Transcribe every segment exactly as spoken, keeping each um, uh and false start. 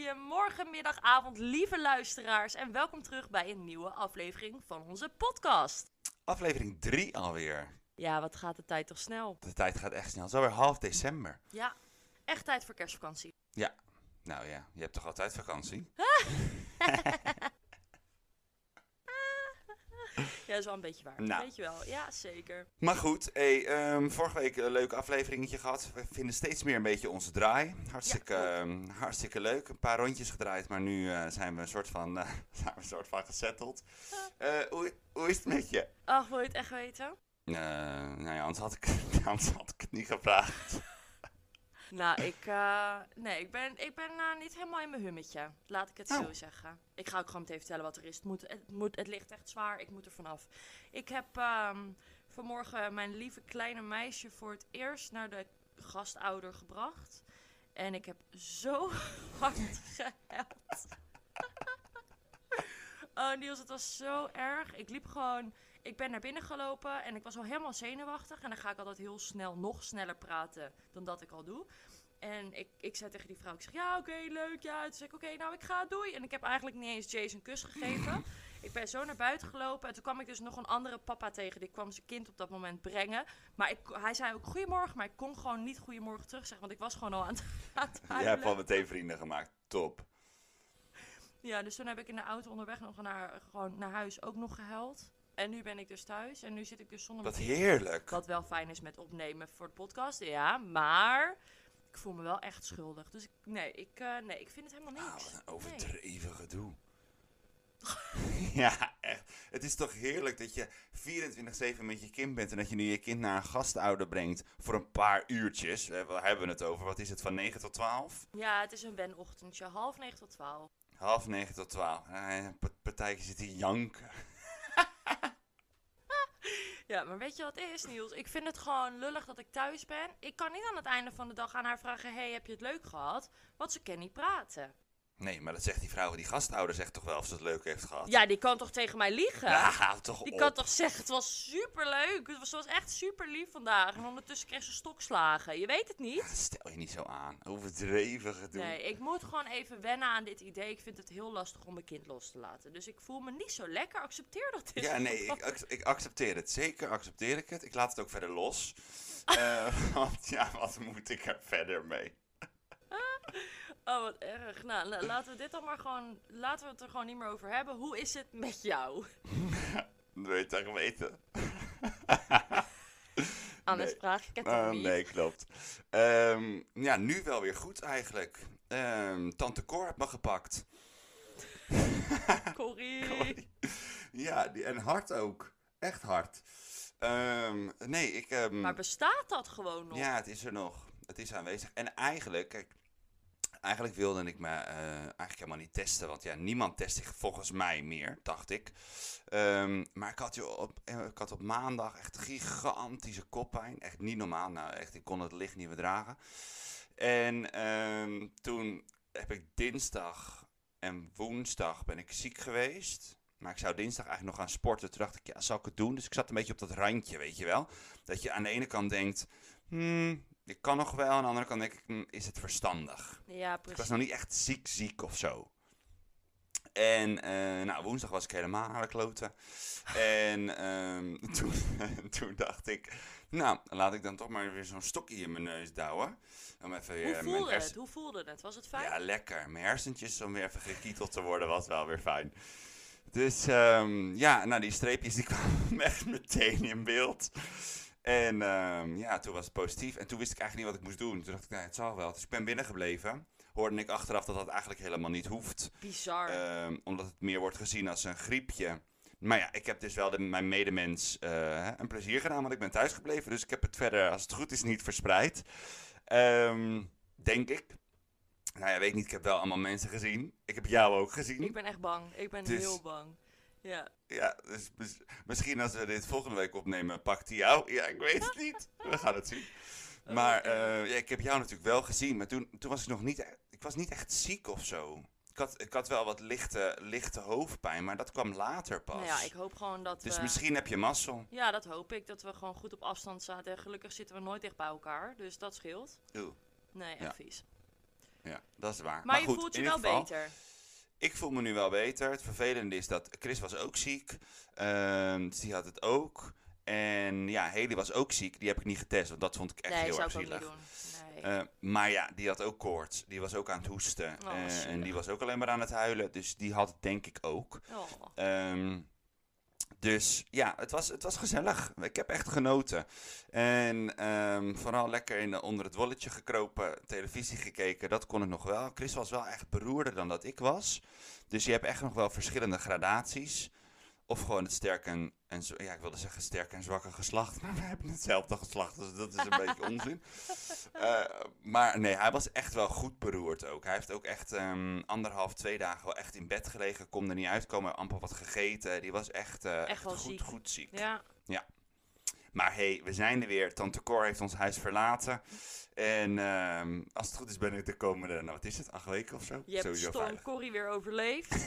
Goedemorgen, middag, avond, lieve luisteraars. En welkom terug bij een nieuwe aflevering van onze podcast. Aflevering drie alweer. Ja, wat gaat de tijd toch snel? De tijd gaat echt snel. Het is alweer half december. Ja, echt tijd voor kerstvakantie. Ja, nou ja, je hebt toch altijd vakantie? Ja, dat is wel een beetje waar. Nou. Weet je wel, ja, zeker. Maar goed, hey, um, vorige week een leuk afleveringetje gehad. We vinden steeds meer een beetje onze draai. Hartstikke, Ja, um, hartstikke leuk. Een paar rondjes gedraaid, maar nu uh, zijn we een soort van, uh, zijn we een soort van gesetteld. Uh, hoe, hoe is het met je? Ach, wil je het echt weten? Uh, nou ja, anders had, ik, anders had ik het niet gevraagd. Nou, ik, uh, nee, ik ben, ik ben uh, niet helemaal in mijn hummetje. Laat ik het Oh. zo zeggen. Ik ga ook gewoon meteen vertellen wat er is. Het, moet, het, moet, het ligt echt zwaar. Ik moet er vanaf. Ik heb um, vanmorgen mijn lieve kleine meisje voor het eerst naar de gastouder gebracht. En ik heb zo hard gehuild. Oh Niels, het was zo erg. Ik liep gewoon... Ik ben naar binnen gelopen en ik was al helemaal zenuwachtig. En dan ga ik altijd heel snel, nog sneller praten dan dat ik al doe. En ik, ik zei tegen die vrouw, ik zeg, ja, oké, okay, leuk, ja. Toen zei ik, oké, okay, nou, ik ga, doei. En ik heb eigenlijk niet eens Jason een kus gegeven. Ik ben zo naar buiten gelopen en toen kwam ik dus nog een andere papa tegen. Die kwam zijn kind op dat moment brengen. Maar ik, hij zei ook goedemorgen, maar ik kon gewoon niet goedemorgen terugzeggen. Want ik was gewoon al aan het, aan het Jij huilen. hebt al meteen vrienden gemaakt. Top. Ja, dus toen heb ik in de auto onderweg nog naar, gewoon naar huis ook nog gehuild. En nu ben ik dus thuis en nu zit ik dus zonder... Wat mijn kind. heerlijk. Wat wel fijn is met opnemen voor de podcast, ja. Maar ik voel me wel echt schuldig. Dus ik, nee, ik, uh, nee, ik vind het helemaal Ah, niks. wat een Nee. overdreven gedoe. Ja, echt. Het is toch heerlijk dat je vierentwintig zeven met je kind bent en dat je nu je kind naar een gastouder brengt voor een paar uurtjes. Eh, Waar hebben we het over? Wat is het, van negen tot twaalf? Ja, het is een wenochtendje. Half negen tot twaalf. Half negen tot twaalf. Eh, Een partijtje zit hier janken. Ja, maar weet je wat het is, Niels? Ik vind het gewoon lullig dat ik thuis ben. Ik kan niet aan het einde van de dag aan haar vragen, hey, heb je het leuk gehad? Want ze kan niet praten. Nee, maar dat zegt die vrouw, die gastouder zegt toch wel of ze het leuk heeft gehad? Ja, die kan toch tegen mij liegen? Ja, hou toch Die op. kan toch zeggen, het was superleuk. Het was, ze was echt super lief vandaag. En ondertussen kreeg ze stokslagen. Je weet het niet. Stel je niet zo aan. Overdreven gedoe. Nee, ik moet gewoon even wennen aan dit idee. Ik vind het heel lastig om mijn kind los te laten. Dus ik voel me niet zo lekker. Accepteer dat dit. Ja, nee, ik, ac- ik accepteer het. Zeker accepteer ik het. Ik laat het ook verder los. uh, want ja, wat moet ik er verder mee? Oh, wat erg. Nou, la- laten we dit dan maar gewoon... Laten we het er gewoon niet meer over hebben. Hoe is het met jou? Dat wil je toch weten? Anders Nee. vraag ik het Uh, dan niet. nee, klopt. Um, ja, nu wel weer goed eigenlijk. Um, Tante Cor heeft me gepakt. Corrie. Ja, die, en hard ook. Echt hard. Um, nee, ik... Um, Maar bestaat dat gewoon nog? Ja, het is er nog. Het is aanwezig. En eigenlijk, kijk, eigenlijk wilde ik me uh, eigenlijk helemaal niet testen. Want ja, niemand test zich volgens mij meer, dacht ik. Um, maar ik had, joh, op, ik had op maandag echt gigantische koppijn. Echt niet normaal. Nou, echt, ik kon het licht niet verdragen. En um, toen heb ik dinsdag en woensdag ben ik ziek geweest. Maar ik zou dinsdag eigenlijk nog gaan sporten. Toen dacht ik, ja, zal ik het doen? Dus ik zat een beetje op dat randje, weet je wel. Dat je aan de ene kant denkt, hmm, ik kan nog wel. Aan de andere kant denk ik, hmm, is het verstandig? Ja, Ik precies. was nog niet echt ziek ziek of zo. En uh, nou, woensdag was ik helemaal naar de kloten. En um, toen, toen dacht ik, nou, laat ik dan toch maar weer zo'n stokje in mijn neus douwen. Om even weer Hoe mijn voelde hersen- het? Hoe voelde het? Was het fijn? Ja, lekker. Mijn hersentjes om weer even gekieteld te worden was wel weer fijn. Dus um, ja, nou die streepjes die kwamen echt meteen in beeld. En um, ja, toen was het positief. En toen wist ik eigenlijk niet wat ik moest doen. Toen dacht ik, nou, het zal wel. Dus ik ben binnengebleven. Hoorde ik achteraf dat dat eigenlijk helemaal niet hoeft. Bizar. Um, omdat het meer wordt gezien als een griepje. Maar ja, ik heb dus wel de, mijn medemens uh, een plezier gedaan, want ik ben thuisgebleven. Dus ik heb het verder, als het goed is, niet verspreid. Um, denk ik. Nou ja, weet ik niet. Ik heb wel allemaal mensen gezien. Ik heb jou ook gezien. Ik ben echt bang. Ik ben Dus- heel bang. Ja. Ja, dus mis- misschien als we dit volgende week opnemen, pakt hij jou. Ja, ik weet het niet. We gaan het zien. Maar Oké. uh, ja, ik heb jou natuurlijk wel gezien. Maar toen, toen was ik nog niet... e- Ik was niet echt ziek of zo. Ik had, ik had wel wat lichte, lichte hoofdpijn, maar dat kwam later pas. Nou ja, ik hoop gewoon dat Dus we... misschien heb je mazzel. Ja, dat hoop ik. Dat we gewoon goed op afstand zaten. En gelukkig zitten we nooit dicht bij elkaar. Dus dat scheelt. Oeh. Nee, echt Ja. vies. ja, dat is waar. Maar, je goed, voelt je in wel ieder geval, beter. Ik voel me nu wel beter. Het vervelende is dat Chris was ook ziek. Ehm dus die had het ook. En ja, Haley was ook ziek. Die heb ik niet getest, want dat vond ik echt Nee, heel zou erg ik ook zielig. niet doen. Nee. Eh, maar ja, die had ook koorts. Die was ook aan het hoesten. Oh, Eh, en zielig. die was ook alleen maar aan het huilen. Dus die had het denk ik ook. Oh. Ehm, dus ja, het was, het was gezellig. Ik heb echt genoten. En ehm, vooral lekker in, onder het wolletje gekropen, televisie gekeken. Dat kon ik nog wel. Chris was wel echt beroerder dan dat ik was. Dus je hebt echt nog wel verschillende gradaties. Of gewoon het sterke en, en zo- ja, ik wilde zeggen sterke en zwakke geslacht. Maar we hebben hetzelfde geslacht, dus dat is een beetje onzin. Uh, maar nee, hij was echt wel goed beroerd ook. Hij heeft ook echt um, anderhalf, twee dagen wel echt in bed gelegen. Kon er niet uitkomen, amper wat gegeten. Die was echt, uh, echt, echt wel goed, ziek. goed ziek. Ja. Ja. Maar hey, we zijn er weer. Tante Cor heeft ons huis verlaten. En um, als het goed is ben ik de komende, nou wat is het, acht weken of zo? Je hebt Sowieso Storm veilig. Corrie weer overleefd.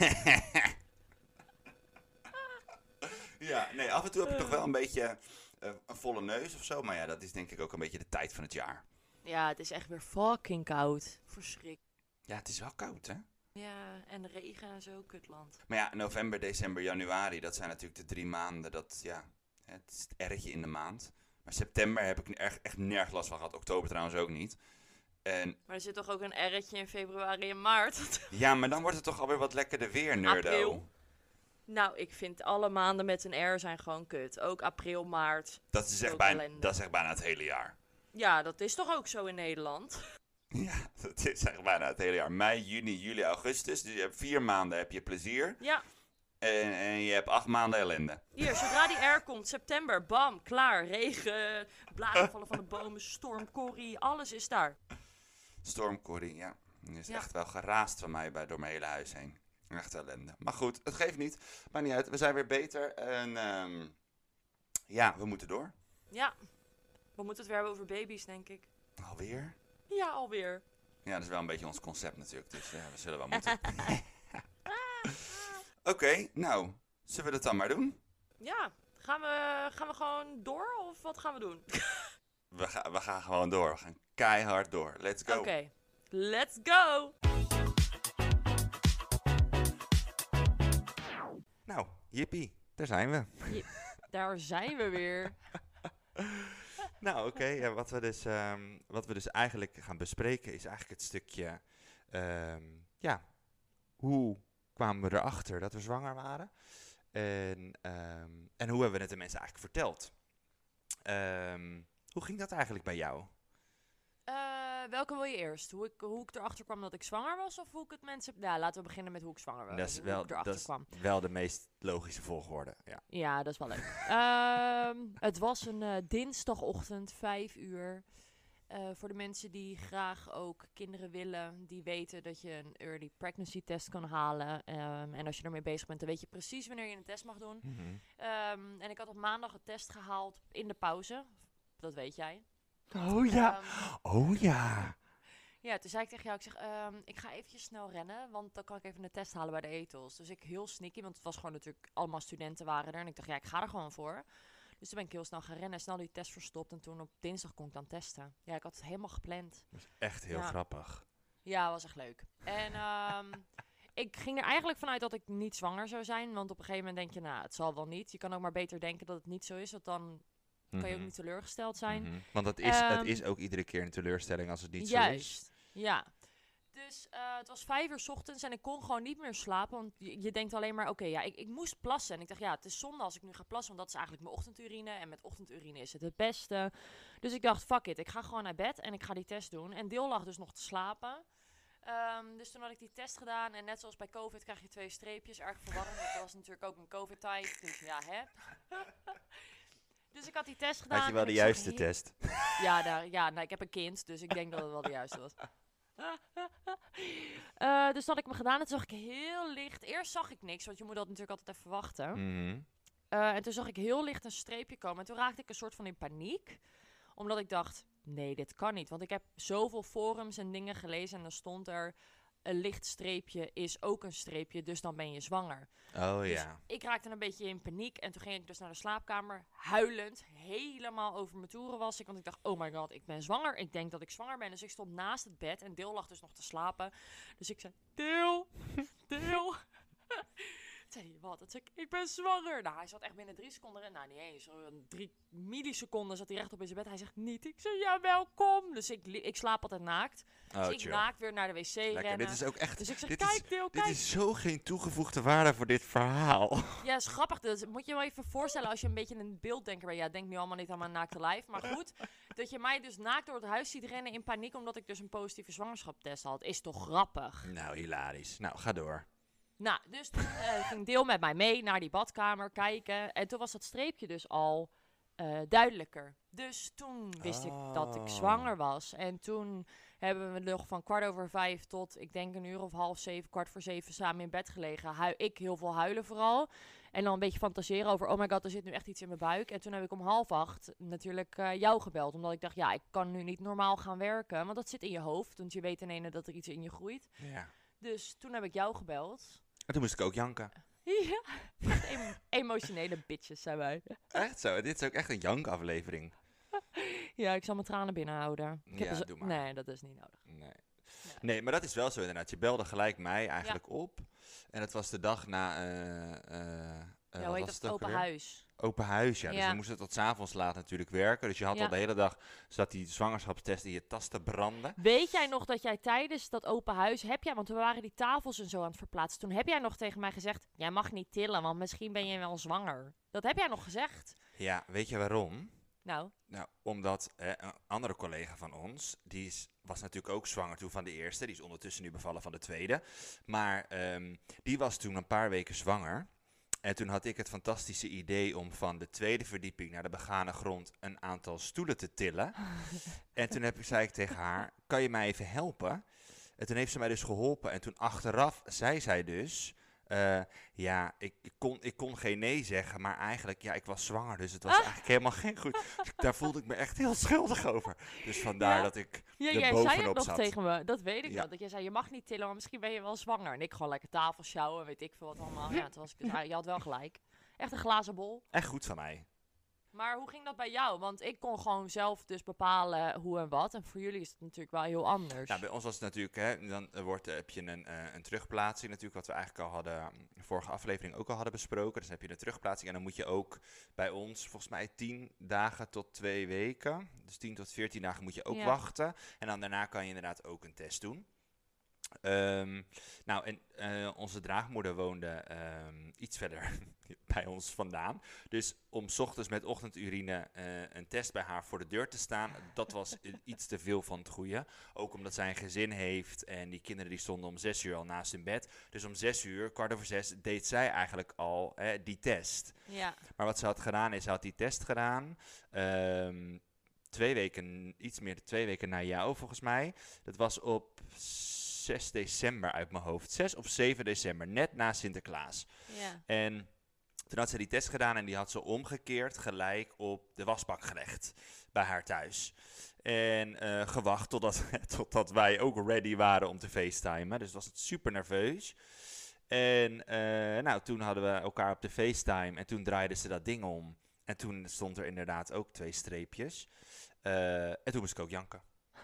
Ja, nee, af en toe heb ik toch wel een beetje uh, een volle neus of zo. Maar ja, dat is denk ik ook een beetje de tijd van het jaar. Ja, het is echt weer fucking koud. Verschrik. Ja, het is wel koud, hè? Ja, en regen en zo, kutland. Maar ja, november, december, januari, dat zijn natuurlijk de drie maanden. Dat, ja, het is het erretje in de maand. Maar september heb ik echt, echt nergens last van gehad. Oktober trouwens ook niet. En, maar er zit toch ook een erretje in februari en maart? Ja, maar dan wordt het toch alweer wat lekkerder weer, nerdo. April. Nou, ik vind alle maanden met een R zijn gewoon kut. Ook april, maart. Dat is echt, ook bijna, ellende. dat is echt bijna het hele jaar. Ja, dat is toch ook zo in Nederland? Ja, dat is echt bijna het hele jaar. Mei, juni, juli, augustus. Dus je hebt vier maanden heb je plezier. Ja. En, en je hebt acht maanden ellende. Hier, zodra die R komt, september, bam, klaar. Regen, bladeren vallen van de bomen, storm, Corrie, alles is daar. Storm Corrie, ja. Die is Ja. echt wel geraast van mij bij, door mijn hele huis heen. Echt ellende. Maar goed, het geeft niet. Maakt niet uit. We zijn weer beter. En um, ja, we moeten door. Ja, we moeten het weer hebben over baby's, denk ik. Alweer? Ja, alweer. Ja, dat is wel een beetje ons concept natuurlijk. Dus ja, we zullen wel moeten. Oké, okay, nou, zullen we dat dan maar doen? Ja, gaan we, gaan we gewoon door of wat gaan we doen? We, ga, we gaan gewoon door. We gaan keihard door. Let's go. Oké, okay. Let's go! Nou, jippie, daar zijn we. Je, daar zijn we weer. Nou, oké. Okay, ja, wat, we dus, um, wat we dus eigenlijk gaan bespreken is eigenlijk het stukje... Um, ja, hoe kwamen we erachter dat we zwanger waren? En, um, en hoe hebben we het de mensen eigenlijk verteld? Um, hoe ging dat eigenlijk bij jou? Uh, welke wil je eerst? Hoe ik, hoe ik erachter kwam dat ik zwanger was? Of hoe ik het mensen... Ja, laten we beginnen met hoe ik zwanger was. Dat is, wel, dat is kwam. wel de meest logische volgorde. Ja, ja dat is wel leuk. um, het was een uh, dinsdagochtend, vijf uur. Uh, voor de mensen die graag ook kinderen willen, die weten dat je een early pregnancy test kan halen. Um, en als je ermee bezig bent, dan weet je precies wanneer je een test mag doen. mm-hmm. um, en ik had op maandag een test gehaald in de pauze. Dat weet jij. Oh ja, um, oh ja. Ja, toen zei ik tegen jou, ik zeg, um, ik ga eventjes snel rennen, want dan kan ik even een test halen bij de ethos. Dus ik heel sneaky, want het was gewoon natuurlijk, allemaal studenten waren er. En ik dacht, ja, ik ga er gewoon voor. Dus toen ben ik heel snel gaan rennen, snel die test verstopt. En toen op dinsdag kon ik dan testen. Ja, ik had het helemaal gepland. Dat is echt heel ja. grappig. Ja, was echt leuk. En um, ik ging er eigenlijk vanuit dat ik niet zwanger zou zijn. Want op een gegeven moment denk je, nou, het zal wel niet. Je kan ook maar beter denken dat het niet zo is, want dan... kan je ook niet teleurgesteld zijn. Mm-hmm. Want dat is, um, het is ook iedere keer een teleurstelling als het niet juist, zo is. Juist, ja. Dus uh, het was vijf uur 's ochtends en ik kon gewoon niet meer slapen. Want je, je denkt alleen maar, oké, okay, ja, ik, ik moest plassen. En ik dacht, ja, het is zonde als ik nu ga plassen, want dat is eigenlijk mijn ochtendurine. En met ochtendurine is het het beste. Dus ik dacht, fuck it, ik ga gewoon naar bed en ik ga die test doen. En Deel lag dus nog te slapen. Um, dus toen had ik die test gedaan. En net zoals bij COVID krijg je twee streepjes. Erg verwarrend, want dat was natuurlijk ook mijn COVID-tijd. Dus ja, hè. Dus ik had die test gedaan. Had je wel de juiste heel... test? Ja, daar, ja nou, ik heb een kind, dus ik denk dat het wel de juiste was. uh, dus dat had ik me gedaan en toen zag ik heel licht... Eerst zag ik niks, want je moet dat natuurlijk altijd even wachten. Mm-hmm. Uh, en toen zag ik heel licht een streepje komen. En toen raakte ik een soort van in paniek. Omdat ik dacht, nee, dit kan niet. Want ik heb zoveel forums en dingen gelezen en dan stond er... een licht streepje is ook een streepje, dus dan ben je zwanger. Oh Dus ja. ik raakte een beetje in paniek en toen ging ik dus naar de slaapkamer, huilend, helemaal over mijn toeren was ik. Want ik dacht, oh my god, ik ben zwanger. Ik denk dat ik zwanger ben. Dus ik stond naast het bed en Deel lag dus nog te slapen. Dus ik zei, Deel, Deel. Toen zei hij, wat? Dat zei ik, ik ben zwanger. Nou, hij zat echt binnen drie seconden. En nou, niet eens. Zo drie milliseconden zat hij rechtop in zijn bed. Hij zegt niet. Ik zei, ja, welkom. Dus ik, li- ik slaap altijd naakt. Oh, dus ik chill. naakt weer naar de wc Lekker. rennen. Dit is ook echt... Dus ik zeg, dit kijk is, Deel, dit kijk. is zo geen toegevoegde waarde voor dit verhaal. Ja, is grappig. Dat moet je wel even voorstellen als je een beetje een beelddenker bent. Ja, denk nu allemaal niet aan mijn naakte lijf. Maar goed, dat je mij dus naakt door het huis ziet rennen in paniek omdat ik dus een positieve zwangerschapstest had. Is toch grappig? Nou, hilarisch. Nou, ga door. Nou, dus toen eh, ging Deel met mij mee naar die badkamer kijken. En toen was dat streepje dus al eh, duidelijker. Dus toen wist ik dat ik Oh. zwanger was. En toen hebben we nog van kwart over vijf tot, ik denk een uur of half zeven, kwart voor zeven samen in bed gelegen. Hui- ik heel veel huilen vooral. En dan een beetje fantaseren over, oh my god, er zit nu echt iets in mijn buik. En toen heb ik om half acht natuurlijk eh, jou gebeld. Omdat ik dacht, ja, ik kan nu niet normaal gaan werken. Want dat zit in je hoofd. Want je weet ineens dat er iets in je groeit. Ja. Dus toen heb ik jou gebeld. En toen moest ik ook janken. Ja, echt em- emotionele bitches zijn wij. Echt zo. Dit is ook echt een jankaflevering. Ja, ik zal mijn tranen binnenhouden. Ik heb Ja, dus- doe maar. Nee, dat is niet nodig. Nee. Nee, maar dat is wel zo inderdaad. Je belde gelijk mij eigenlijk op. En het was de dag na... eh eh, eh, Ja, wat hoe heet was dat? het ook Open alweer? huis. Open huis, ja. Dus Ja. we moesten tot 's avonds laat natuurlijk werken. Dus je had Ja. al de hele dag... zat die zwangerschapstest in je tas te branden. Weet jij nog dat jij tijdens dat open huis, heb jij, want we waren die tafels en zo aan het verplaatsen. Toen heb jij nog tegen mij gezegd, jij mag niet tillen, want misschien ben je wel zwanger. Dat heb jij nog gezegd. Ja, weet je waarom? Nou, Nou, omdat eh, een andere collega van ons, die is, was natuurlijk ook zwanger toen van de eerste. Die is ondertussen nu bevallen van de tweede. Maar ehm, die was toen een paar weken zwanger. En toen had ik het fantastische idee om van de tweede verdieping naar de begane grond een aantal stoelen te tillen. En toen heb, ik- zei ik tegen haar, kan je mij even helpen? En toen heeft ze mij dus geholpen. En toen achteraf zei zij dus... eh, ja, ik, ik, kon, ik kon geen nee zeggen, maar eigenlijk, ja, ik was zwanger, dus het was eigenlijk helemaal geen goed. Dus daar voelde ik me echt heel schuldig over. Dus vandaar Ja? dat ik ja, er jij zei het bovenop nog zat. tegen me. Dat weet ik Ja. nog. Dat jij zei, je mag niet tillen, maar misschien ben je wel zwanger. En ik gewoon lekker tafel sjouwen, weet ik veel wat allemaal. Ja, toen was ik dus, ah, je had wel gelijk. Echt een glazen bol. Echt goed van mij. Maar hoe ging dat bij jou? Want ik kon gewoon zelf dus bepalen hoe en wat. En voor jullie is het natuurlijk wel heel anders. Nou, bij ons was het natuurlijk, hè, dan eh, wordt, eh, heb je een, eh, een terugplaatsing natuurlijk, wat we eigenlijk al hadden, mm, de vorige aflevering ook al hadden besproken. Dus dan heb je een terugplaatsing en dan moet je ook bij ons, volgens mij tien dagen tot twee weken, dus tien tot veertien dagen moet je ook Ja. wachten. En dan daarna kan je inderdaad ook een test doen. Ehm, nou, en eh, onze draagmoeder woonde ehm, iets verder bij ons vandaan. Dus om 's ochtends met ochtendurine eh, een test bij haar voor de deur te staan, dat was i- iets te veel van het goede. Ook omdat zij een gezin heeft en die kinderen die stonden om zes uur al naast hun bed. Dus om zes uur, kwart over zes, deed zij eigenlijk al hè, die test. Ja. Maar wat ze had gedaan is, ze had die test gedaan. ehm, twee weken, iets meer dan twee weken na jou volgens mij. Dat was op zes december uit mijn hoofd. zes of zeven december, net na Sinterklaas. Ja. En toen had ze die test gedaan en die had ze omgekeerd gelijk op de wasbak gelegd bij haar thuis. En eh, gewacht totdat, totdat wij ook ready waren om te facetimen. Dus was het super nerveus. En eh, nou, toen hadden we elkaar op de FaceTime en toen draaiden ze dat ding om. En toen stond er inderdaad ook twee streepjes. Eh, en toen moest ik ook janken.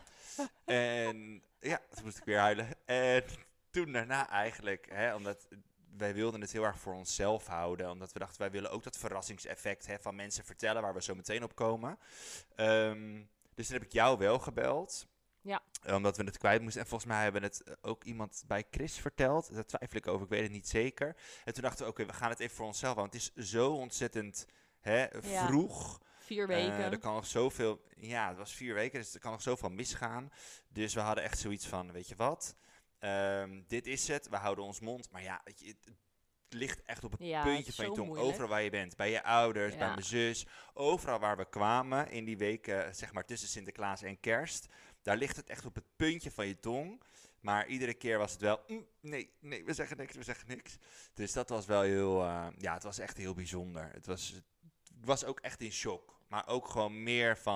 En ja, toen moest ik weer huilen. En toen daarna eigenlijk, hè, omdat wij wilden het heel erg voor onszelf houden. Omdat we dachten, wij willen ook dat verrassingseffect hè, van mensen vertellen waar we zo meteen op komen. Ehm, dus toen heb ik jou wel gebeld. Ja. Omdat we het kwijt moesten. En volgens mij hebben we het ook iemand bij Chris verteld. Daar twijfel ik over, ik weet het niet zeker. En toen dachten we, oké, we gaan het even voor onszelf houden. Want het is zo ontzettend hè, Ja. vroeg. Vier weken. Eh, er kan nog zoveel, ja, het was vier weken, dus er kan nog zoveel misgaan. Dus we hadden echt zoiets van, weet je wat, Ehm, dit is het, we houden ons mond. Maar ja, weet je, het, het ligt echt op het Ja, het puntje is van je zo tong, moeilijk. overal waar je bent. Bij je ouders, bij Ja. mijn zus, overal waar we kwamen in die weken, zeg maar tussen Sinterklaas en Kerst. Daar ligt het echt op het puntje van je tong. Maar iedere keer was het wel, mm, nee, nee, we zeggen niks, we zeggen niks. Dus dat was wel heel, eh, ja, het was echt heel bijzonder. Het was, ik was ook echt in shock. Maar ook gewoon meer van,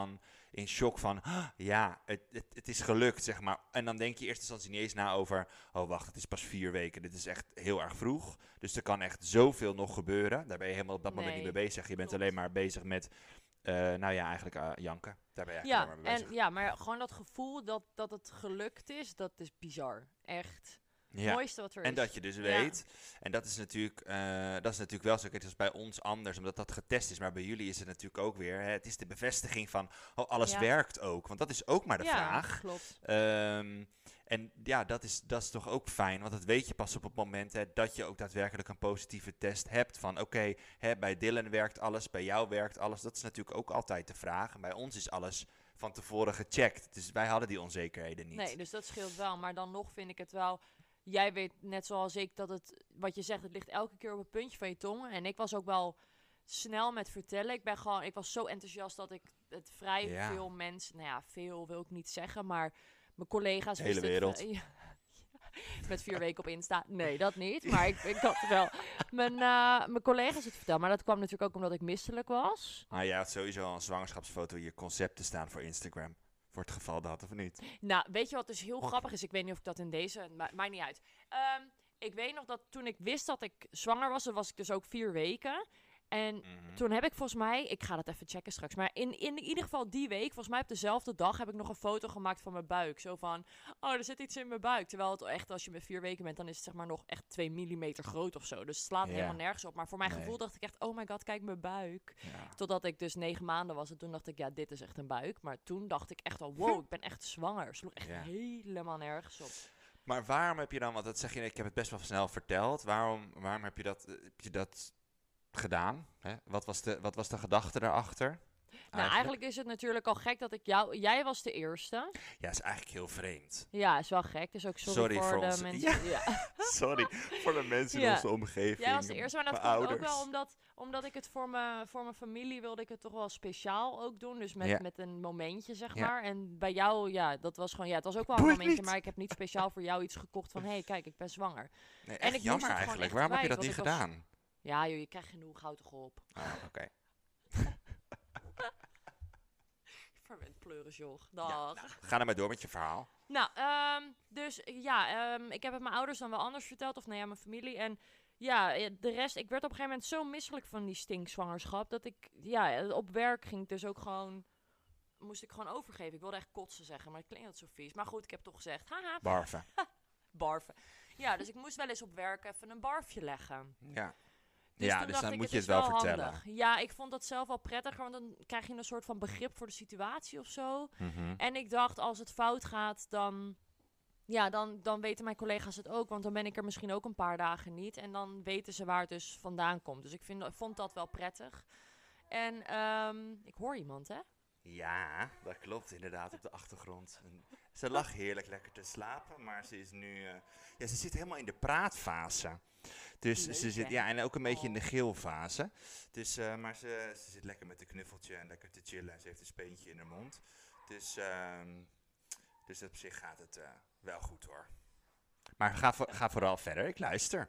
in shock van, "Ah, ja, het, het, het is gelukt, zeg maar. En dan denk je eerst instantie niet eens na over, oh wacht, het is pas vier weken. Dit is echt heel erg vroeg. Dus er kan echt zoveel nog gebeuren. Daar ben je helemaal op dat moment Nee, niet mee bezig. Je bent klopt. alleen maar bezig met, uh, nou ja, eigenlijk uh, janken. Daar ben je eigenlijk Ja, alleen maar mee bezig. en, ja, maar gewoon dat gevoel dat, dat het gelukt is, dat is bizar. Echt. Het Ja. mooiste wat er En is. dat je dus Ja. weet, en dat is natuurlijk, uh, dat is natuurlijk wel zo, kijk, het is bij ons anders, omdat dat getest is, maar bij jullie is het natuurlijk ook weer, hè, het is de bevestiging van, oh, alles Ja. werkt ook, want dat is ook maar de Ja, vraag. klopt. Um, en ja, dat is, dat is toch ook fijn, want dat weet je pas op het moment hè, dat je ook daadwerkelijk een positieve test hebt van, oké, okay, bij Dylan werkt alles, bij jou werkt alles, dat is natuurlijk ook altijd de vraag. En bij ons is alles van tevoren gecheckt, dus wij hadden die onzekerheden niet. Nee, dus dat scheelt wel. Maar dan nog vind ik het wel... Jij weet net zoals ik dat het... Wat je zegt, het ligt elke keer op het puntje van je tong. En ik was ook wel snel met vertellen. Ik ben gewoon... Ik was zo enthousiast dat ik het vrij Ja. veel mensen... Nou ja, veel wil ik niet zeggen, maar... Mijn collega's... De hele wisten het- wereld. ja, met vier weken op Insta. Nee, dat niet. Maar ik, ik had wel... Mijn, uh, mijn collega's het verteld. Maar dat kwam natuurlijk ook omdat ik misselijk was. Maar jij had sowieso al een zwangerschapsfoto in je concept te staan voor Instagram. Voor het geval dat, of niet? Nou, weet je wat dus heel grappig is? Ik weet niet of ik dat in deze... Ma maakt niet uit. Um, ik weet nog dat toen ik wist dat ik zwanger was... dan was ik dus ook vier weken. En Mm-hmm. toen heb ik volgens mij... Ik ga dat even checken straks. Maar in, in ieder geval die week... Volgens mij op dezelfde dag heb ik nog een foto gemaakt van mijn buik. Zo van... Oh, er zit iets in mijn buik. Terwijl het echt, als je met vier weken bent... dan is het zeg maar nog echt twee millimeter groot of zo. Dus het slaat Ja. helemaal nergens op. Maar voor mijn Nee. gevoel dacht ik echt... Oh my god, kijk mijn buik. Ja. Totdat ik dus negen maanden was. En toen dacht ik, ja, dit is echt een buik. Maar toen dacht ik echt al, wow, ik ben echt zwanger. Sloeg echt Ja. helemaal nergens op. Maar waarom heb je dan, want dat zeg je, ik heb het best wel snel verteld. Waarom, waarom heb je dat, eh, heb je dat gedaan? Hè? Wat, was de, wat was de gedachte daarachter? Nou, eigenlijk is het natuurlijk al gek dat ik jou... Jij was de eerste. Ja, is eigenlijk heel vreemd. Ja, is wel gek. Dus ook sorry, Sorry voor, voor de ons. mensen. Ja. Sorry voor de mensen in Ja. onze omgeving. Jij was de eerste, maar dat mijn komt ook ouders. wel omdat, omdat ik het voor mijn voor mijn familie wilde ik het toch wel speciaal ook doen. Dus met, Ja. met een momentje, zeg Ja. maar. En bij jou, ja, dat was gewoon... Ja, het was ook wel Boeit een momentje, niet. maar ik heb niet speciaal voor jou iets gekocht van... Hé, hey, kijk, ik ben zwanger. Nee, En echt ik moest jammer het gewoon eigenlijk. echt Waarom heb je dat kwijt, niet want ik was- gedaan? Ja, joh, je krijgt genoeg, houd toch op. Oh, oké. Verwend pleuris, joh. Ja, Dag. nou, ga er maar door met je verhaal. Nou, ehm, dus ja, ehm, ik heb het mijn ouders dan wel anders verteld. Of nou ja, mijn familie. En ja, eh, de rest... Ik werd op een gegeven moment zo misselijk van die stinkzwangerschap... dat ik... Ja, eh, op werk ging ik dus ook gewoon... Moest ik gewoon overgeven. Ik wilde echt kotsen zeggen, maar het klinkt zo vies. Maar goed, ik heb toch gezegd... Haha, Barven. barven. Ja, dus ik moest wel eens op werk even een barfje leggen. Ja. Dus ja, toen dus dacht dan ik, moet je het het is wel vertellen. handig. Ja, ik vond dat zelf wel prettiger, want dan krijg je een soort van begrip voor de situatie of zo. Mhm. En ik dacht, als het fout gaat, dan, ja, dan, dan weten mijn collega's het ook. Want dan ben ik er misschien ook een paar dagen niet. En dan weten ze waar het dus vandaan komt. Dus ik vind, vond dat wel prettig. En ehm, ik hoor iemand, hè? Ja, dat klopt inderdaad op de achtergrond. En ze lag heerlijk lekker te slapen, maar ze is nu... eh, ja, ze zit helemaal in de praatfase. Dus Leuk, ze zit, hè? ja, en ook een beetje in de Oh. geelfase. Dus, eh, maar ze, ze zit lekker met een knuffeltje en lekker te chillen. En ze heeft een speentje in haar mond. Dus, ehm, dus op zich gaat het eh, wel goed hoor. Maar ga, vo- ga vooral verder, ik luister.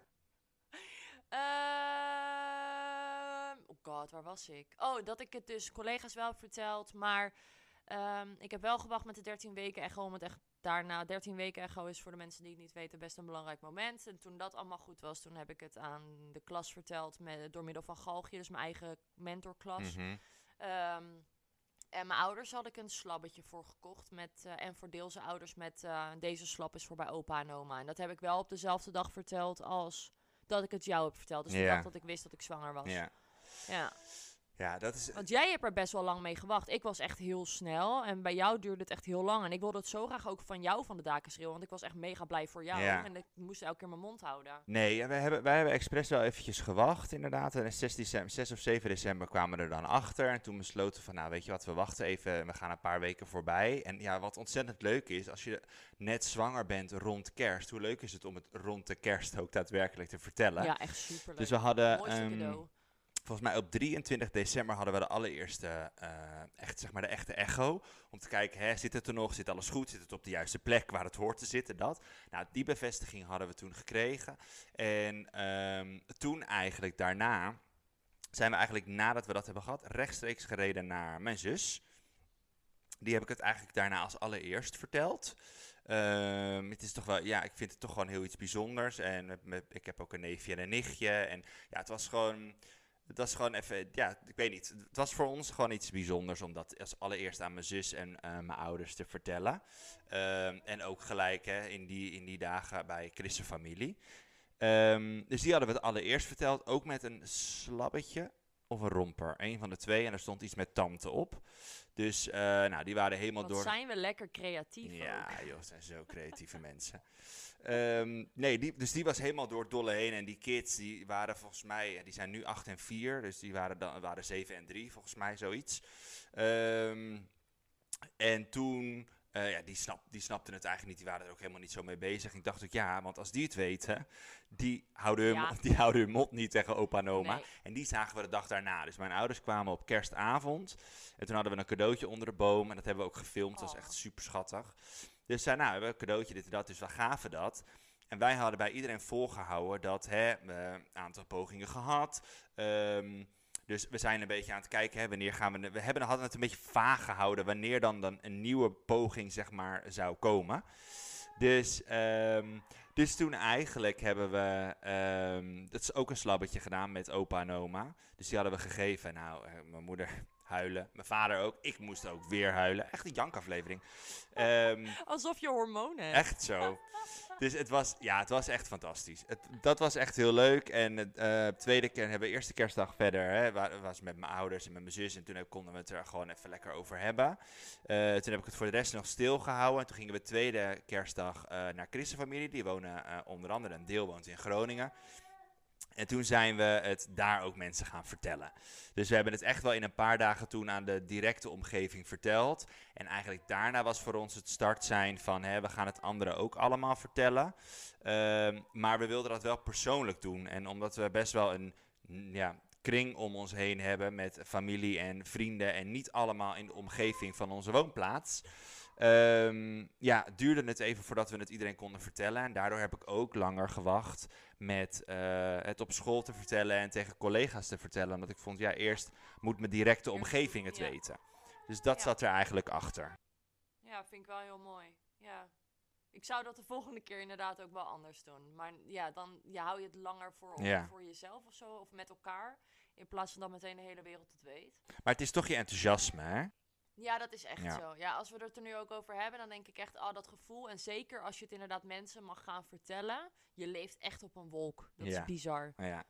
Ehm, oh god, waar was ik? Oh, dat ik het dus collega's wel heb verteld, maar ehm, ik heb wel gewacht met de dertien weken echo om het echt daarna. dertien weken echo is voor de mensen die het niet weten best een belangrijk moment. En toen dat allemaal goed was, toen heb ik het aan de klas verteld met, door middel van Galgje, dus mijn eigen mentorklas. Mhm. Ehm, en mijn ouders had ik een slabbetje voor gekocht. Met, eh, en voor deelse ouders met eh, deze slap is voor bij opa en oma. En dat heb ik wel op dezelfde dag verteld als dat ik het jou heb verteld. Dus de Ja. dag dat ik wist dat ik zwanger was. Ja. Ja. ja, dat is... Want jij hebt er best wel lang mee gewacht. Ik was echt heel snel. En bij jou duurde het echt heel lang. En ik wilde het zo graag ook van jou van de daken schreeuwen. Want ik was echt mega blij voor jou. Ja. En ik moest elke keer mijn mond houden. Nee, en wij hebben, wij hebben expres wel eventjes gewacht, inderdaad. En zes, december, zes of zeven december kwamen we er dan achter. En toen besloten we van, nou weet je wat, we wachten even. We gaan een paar weken voorbij. En ja, wat ontzettend leuk is, als je net zwanger bent rond kerst. Hoe leuk is het om het rond de kerst ook daadwerkelijk te vertellen. Ja, echt super Dus we hadden... Mooiste ehm, cadeau. Volgens mij op drieëntwintig december hadden we de allereerste, eh, echt, zeg maar de echte echo. Om te kijken, hè, zit het er nog? Zit alles goed? Zit het op de juiste plek waar het hoort te zitten? Dat. Nou, die bevestiging hadden we toen gekregen. En ehm, toen eigenlijk daarna zijn we eigenlijk, nadat we dat hebben gehad, rechtstreeks gereden naar mijn zus. Die heb ik het eigenlijk daarna als allereerst verteld. Ehm, het is toch wel, ja, ik vind het toch gewoon heel iets bijzonders. En met, met- ik heb ook een neefje en een nichtje. En ja, het was gewoon, het was gewoon even, ja, ik weet niet. Het was voor ons gewoon iets bijzonders om dat als allereerst aan mijn zus en eh, mijn ouders te vertellen. Ehm, en ook gelijk hè, in, die, in die dagen bij Chris' familie. Ehm, dus die hadden we het allereerst verteld, ook met een slabbetje of een romper. Een van de twee. En er stond iets met tante op. Dus eh, nou, die waren helemaal Wat door. zijn we lekker creatief Ja, ook. joh, het zijn zo creatieve mensen. Ehm, nee, die, dus die was helemaal door het dolle heen. En die kids, die waren volgens mij, ja, die zijn nu acht en vier. Dus die waren, dan, waren zeven en drie, volgens mij, zoiets. Ehm, en toen, eh, ja, die, snap, die snapten het eigenlijk niet. Die waren er ook helemaal niet zo mee bezig. Ik dacht ook, ja, want als die het weten, die houden hun, Ja. mond- die houden hun mond niet tegen opa en oma. Nee. En die zagen we de dag daarna. Dus mijn ouders kwamen op kerstavond. En toen hadden we een cadeautje onder de boom. En dat hebben we ook gefilmd. Dat was Oh. echt super schattig. Dus zei, nou, we hebben een cadeautje, dit en dat. Dus we gaven dat. En wij hadden bij iedereen volgehouden dat, hè, een aantal pogingen gehad. Ehm, dus we zijn een beetje aan het kijken, hè, wanneer gaan we... We hebben, hadden het een beetje vaag gehouden wanneer dan, dan een nieuwe poging, zeg maar, zou komen. Dus, ehm, dus toen eigenlijk hebben we, ehm, dat is ook een slabbetje gedaan met opa en oma. Dus die hadden we gegeven. Nou, eh, mijn moeder huilen, mijn vader ook. Ik moest ook weer huilen. Echt een jankaflevering. Ehm Alsof je hormonen hebt. Echt zo. Dus het was, ja, het was echt fantastisch. Het, dat was echt heel leuk. En het eh, tweede keer hebben we eerste kerstdag verder. Hè, wa- was met mijn ouders en met mijn zus. En toen heb- konden we het er gewoon even lekker over hebben. Eh, toen heb ik het voor de rest nog stilgehouden. En toen gingen we tweede kerstdag eh, naar Chris' familie. Die wonen eh, onder andere, een deel woont in Groningen. En toen zijn we het daar ook mensen gaan vertellen. Dus we hebben het echt wel in een paar dagen toen aan de directe omgeving verteld. En eigenlijk daarna was voor ons het start zijn van, hè, we gaan het anderen ook allemaal vertellen. Ehm, maar we wilden dat wel persoonlijk doen. En omdat we best wel een mm, ja, kring om ons heen hebben met familie en vrienden. En niet allemaal in de omgeving van onze woonplaats. Ehm, ja, duurde het even voordat we het iedereen konden vertellen. En daardoor heb ik ook langer gewacht met eh, het op school te vertellen en tegen collega's te vertellen. Omdat ik vond, ja, eerst moet mijn directe omgeving het ja. weten. Dus dat Ja. zat er eigenlijk achter. Ja, vind ik wel heel mooi. Ja. Ik zou dat de volgende keer inderdaad ook wel anders doen. Maar ja, dan ja, hou je het langer voor, Ja. voor jezelf of zo, of met elkaar. In plaats van dat meteen de hele wereld het weet. Maar het is toch je enthousiasme, hè? Ja, dat is echt Ja. zo. Ja, als we het er nu ook over hebben, dan denk ik echt, oh, dat gevoel. En zeker als je het inderdaad mensen mag gaan vertellen. Je leeft echt op een wolk. Dat Ja. is bizar. Ja.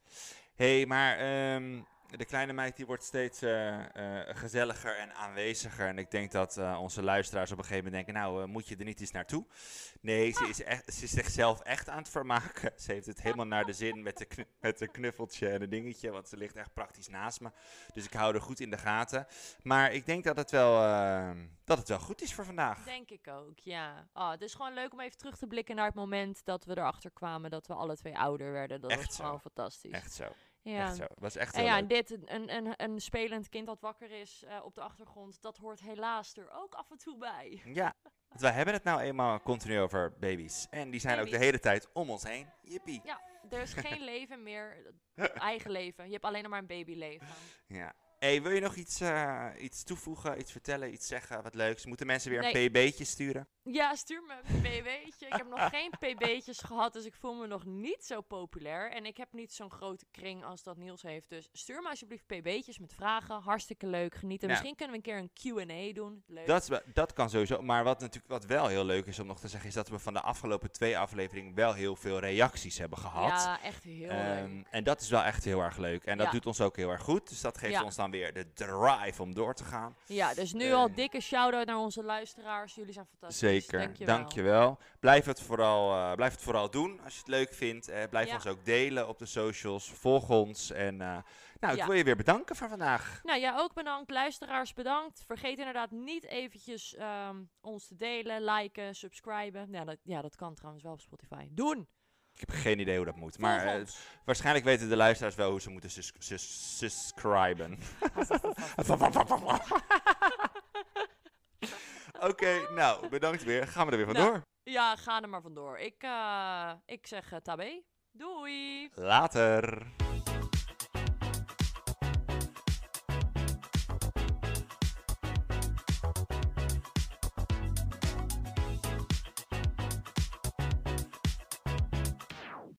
Hé, hey, maar ehm, de kleine meid die wordt steeds eh, eh, gezelliger en aanweziger. En ik denk dat eh, onze luisteraars op een gegeven moment denken, nou, eh, moet je er niet eens naartoe? Nee, ze is, echt, ze is zichzelf echt aan het vermaken. Ze heeft het helemaal naar de zin met de, knu- met de knuffeltje en een dingetje. Want ze ligt echt praktisch naast me. Dus ik hou er goed in de gaten. Maar ik denk dat het wel, eh, dat het wel goed is voor vandaag. Denk ik ook, ja. Oh, het is gewoon leuk om even terug te blikken naar het moment dat we erachter kwamen dat we alle twee ouder werden. Dat Echt was gewoon zo. fantastisch. Echt zo. Ja. Echt zo. Het was echt En heel ja, leuk. en dit, een, een, een spelend kind dat wakker is eh, op de achtergrond, dat hoort helaas er ook af en toe bij. Ja, want wij hebben het nou eenmaal continu over baby's. En die zijn ook de Baby's. hele tijd om ons heen. Jippie. Ja, er is geen leven meer, eigen leven. Je hebt alleen nog maar een babyleven. Ja. Hey, wil je nog iets, eh, iets toevoegen, iets vertellen, iets zeggen, wat leuks? Moeten mensen weer Nee. een pb'tje sturen? Ja, stuur me een pb'tje. Ik heb nog geen pb'tjes gehad, dus ik voel me nog niet zo populair. En ik heb niet zo'n grote kring als dat Niels heeft. Dus stuur me alsjeblieft pb'tjes met vragen. Hartstikke leuk, genieten. Nou. Misschien kunnen we een keer een Q en A doen. Leuk. Dat, is wel- dat kan sowieso. Maar wat natuurlijk wat wel heel leuk is om nog te zeggen, is dat we van de afgelopen twee afleveringen wel heel veel reacties hebben gehad. Ja, echt heel Ehm, leuk. en dat is wel echt heel erg leuk. En dat Ja. doet ons ook heel erg goed. Dus dat geeft Ja. ons dan weer de drive om door te gaan. Ja, dus nu eh, al dikke shout-out naar onze luisteraars. Jullie zijn fantastisch. Zeker, Dankjewel. dankjewel. Blijf het, vooral, eh, blijf het vooral doen als je het leuk vindt. Eh, blijf Ja. ons ook delen op de socials. Volg ons. En eh, nou, ik Ja. wil je weer bedanken voor vandaag. Nou ja, ook bedankt. Luisteraars, bedankt. Vergeet inderdaad niet eventjes ehm, ons te delen, liken, subscriben. Ja dat, ja, dat kan trouwens wel op Spotify. Doen! Ik heb geen idee hoe dat moet. Maar Volg eh, ons. waarschijnlijk weten de luisteraars wel hoe ze moeten sus- sus- subscriben. Oké, nou, bedankt weer. Gaan we er weer Nou. vandoor. Ja, ga er maar vandoor. Ik, eh, ik zeg uh, tabé. Doei! Later.